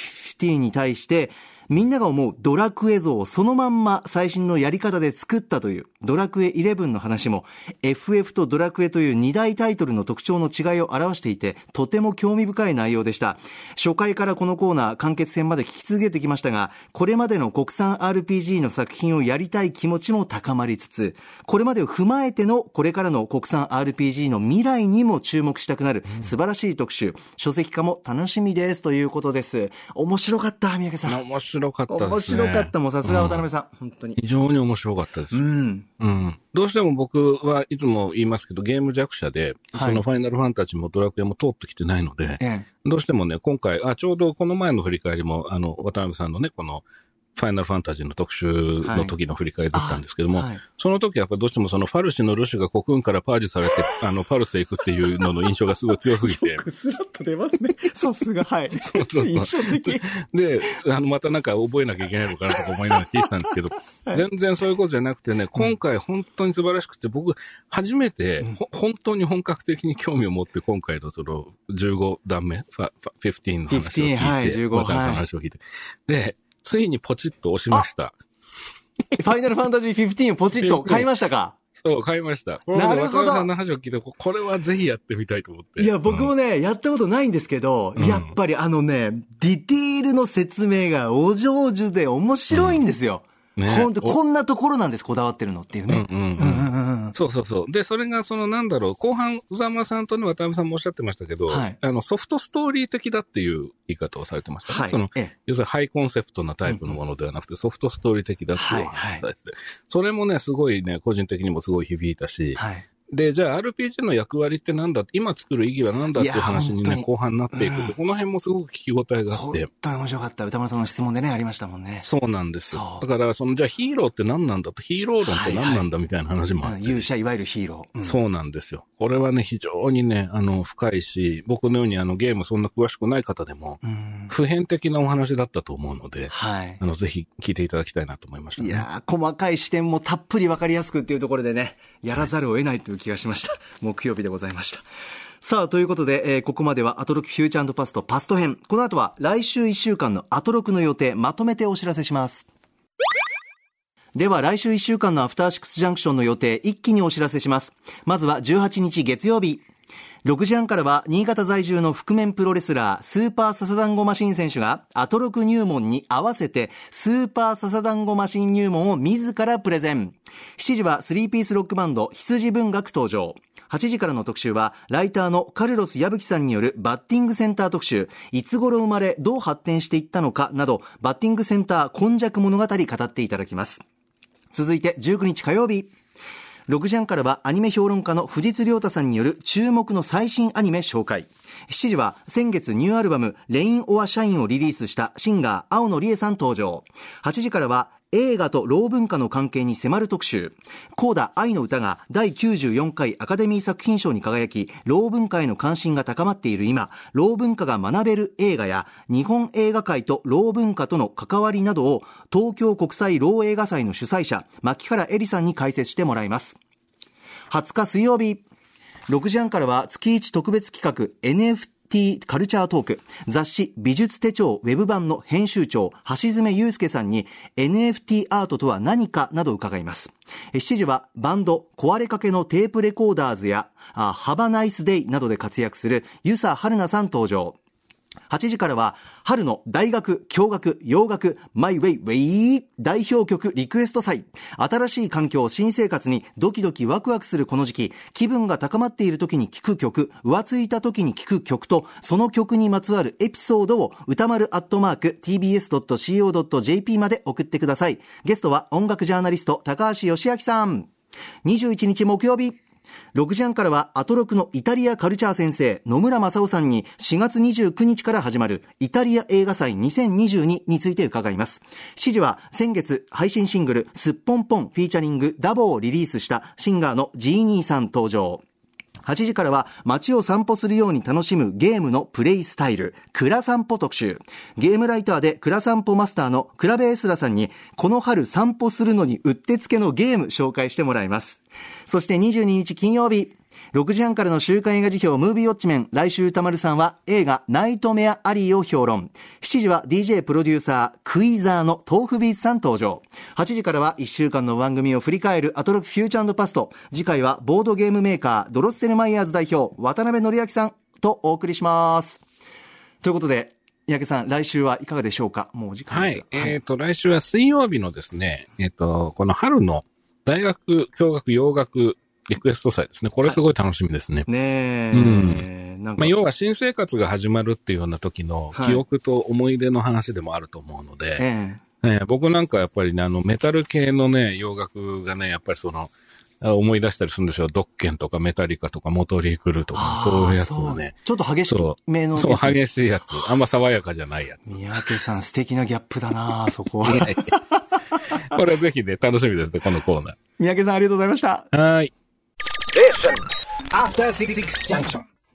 15に対して、みんなが思うドラクエ像をそのまんま最新のやり方で作ったというドラクエ11の話も FF とドラクエという2大タイトルの特徴の違いを表していて、とても興味深い内容でした。初回からこのコーナー完結編まで聞き続けてきましたが、これまでの国産 RPG の作品をやりたい気持ちも高まりつつ、これまでを踏まえてのこれからの国産 RPG の未来にも注目したくなる素晴らしい特集、書籍化も楽しみですということです。面白かった、三宅さん。 面白かったですね。 面白かった。もうさすが渡辺さん、本当に。 非常に面白かったです。どうしても僕はいつも言いますけど、ゲーム弱者で、そのファイナルファンタジーもドラクエも通ってきてないので、どうしてもね、今回、ちょうどこの前の振り返りも、渡辺さんのね、この、ファイナルファンタジーの特集の時の振り返りだったんですけども、その時やっぱりどうしてもそのファルシのルシュがコクーンからパージされて、パルスへ行くっていうのの印象がすごい強すぎて。 スラッと出ますね。さすが、はい。 そう。 印象的。 で、またなんか覚えなきゃいけないのかなとか思いながら聞いてたんですけど、全然そういうことじゃなくてね、今回本当に素晴らしくて、僕、初めて、本当に本格的に興味を持って今回のその15段目、15の話を聞いて、 はい、15、 渡辺さんの話を聞いて。で、ついにポチッと押しました。 ファイナルファンタジー15をポチッと買いましたか？ そう、買いました。 なるほど。 渡辺さんの話を聞いて、これはぜひやってみたいと思って。 いや、僕もね、やったことないんですけど、やっぱりディティールの説明がお上手で面白いんですよ。ね、本当こんなところなんです、こだわってるのっていうね。 そう。で、それが後半、宇佐間さんとね、渡辺さんもおっしゃってましたけど、ソフトストーリー的だっていう言い方をされてましたね。要するにハイコンセプトなタイプのものではなくて、ソフトストーリー的だっていう話で、それもね、すごいね、個人的にもすごい響いたし、で、じゃあ RPG の役割ってなんだ、今作る意義はなんだっていう話にね、後半になっていく。この辺もすごく聞き応えがあって。 本当に面白かった。歌丸さんの質問でね、ありましたもんね。 そうなんですよ。だから、じゃあヒーローって何なんだと、ヒーロー論って何なんだみたいな話もあって。 勇者、いわゆるヒーロー。 そうなんですよ。これはね、非常にね、深いし、僕のようにゲームそんな詳しくない方でも、普遍的なお話だったと思うので、ぜひ聞いていただきたいなと思いましたね。 いやー、細かい視点もたっぷりわかりやすくっていうところでね、やらざるを得ないという気がしました。木曜日でございました。さあ、ということで、ここまではアトロクフューチャー&パストパスト編。この後は来週1週間のアトロクの予定、まとめてお知らせします。では来週1週間のアフターシックスジャンクションの予定、一気にお知らせします。まずは18日月曜日。6時半からは新潟在住の覆面プロレスラースーパーササダンゴマシン選手がアトロク入門に合わせてスーパーササダンゴマシン入門を自らプレゼン。7時は3ピースロックバンド羊文学登場。8時からの特集はライターのカルロス矢吹さんによるバッティングセンター特集、いつ頃生まれどう発展していったのかなど、バッティングセンター今昔物語語っていただきます。続いて19日火曜日、6時半からはアニメ評論家の藤津亮太さんによる注目の最新アニメ紹介。7時は先月ニューアルバムレインオアシャインをリリースしたシンガー青野理恵さん登場。8時からは映画とろう文化の関係に迫る特集。コーダ愛の歌が第94回アカデミー作品賞に輝き、ろう文化への関心が高まっている今、ろう文化が学べる映画や日本映画界とろう文化との関わりなどを東京国際ろう映画祭の主催者牧原絵里さんに解説してもらいます。20日水曜日、6時半からは月1特別企画 NFT カルチャートーク、雑誌美術手帳ウェブ版の編集長、橋爪祐介さんに NFT アートとは何かなど伺います。7時はバンド壊れかけのテープレコーダーズやハバナイスデイなどで活躍する遊佐春菜さん登場。8時からは春の大学、共学、洋楽、マイウェイウェイ代表曲リクエスト祭。新しい環境、新生活にドキドキワクワクするこの時期、気分が高まっている時に聴く曲、浮ついた時に聴く曲と、その曲にまつわるエピソードを歌丸@tbs.co.jp まで送ってください。ゲストは音楽ジャーナリスト高橋義明さん。21日木曜日、6時半からはアトロクのイタリアカルチャー先生野村正夫さんに4月29日から始まるイタリア映画祭2022について伺います。7時は先月配信シングルすっぽんぽんフィーチャリングダボをリリースしたシンガーのジーニーさん登場。8時からは街を散歩するように楽しむゲームのプレイスタイル、クラ散歩特集。ゲームライターでクラ散歩マスターのクラベエスラさんにこの春散歩するのにうってつけのゲーム紹介してもらいます。そして22日金曜日、6時半からの週刊映画辞表ムービーウォッチメン、来週歌丸さんは映画ナイトメアアリーを評論。7時は DJ プロデューサークイザーの豆腐ビーツさん登場。8時からは1週間の番組を振り返るアトロックフューチャー&パスト。次回はボードゲームメーカードロッセルマイヤーズ代表渡辺則明さんとお送りします。ということで三宅さん、来週はいかがでしょうか。もう時間ですが。はい。 来週は水曜日のですね、この春の大学、共学、洋楽、リクエスト祭ですね。これすごい楽しみですね。 はい、ねえ。 うん。なんか要は新生活が始まるっていうような時の記憶と思い出の話でもあると思うので、僕なんかやっぱりね、メタル系のね、洋楽がね、やっぱり思い出したりするんですよ。ドッケンとかメタリカとかモトリークルとか、そういうやつがね。 ちょっと激しめのやつ。 そう、激しいやつ。あんま爽やかじゃないやつ。 三宅さん素敵なギャップだなそこは。 これぜひね、楽しみですね、このコーナー。 三宅さんありがとうございました。 はい。 After 66 junction.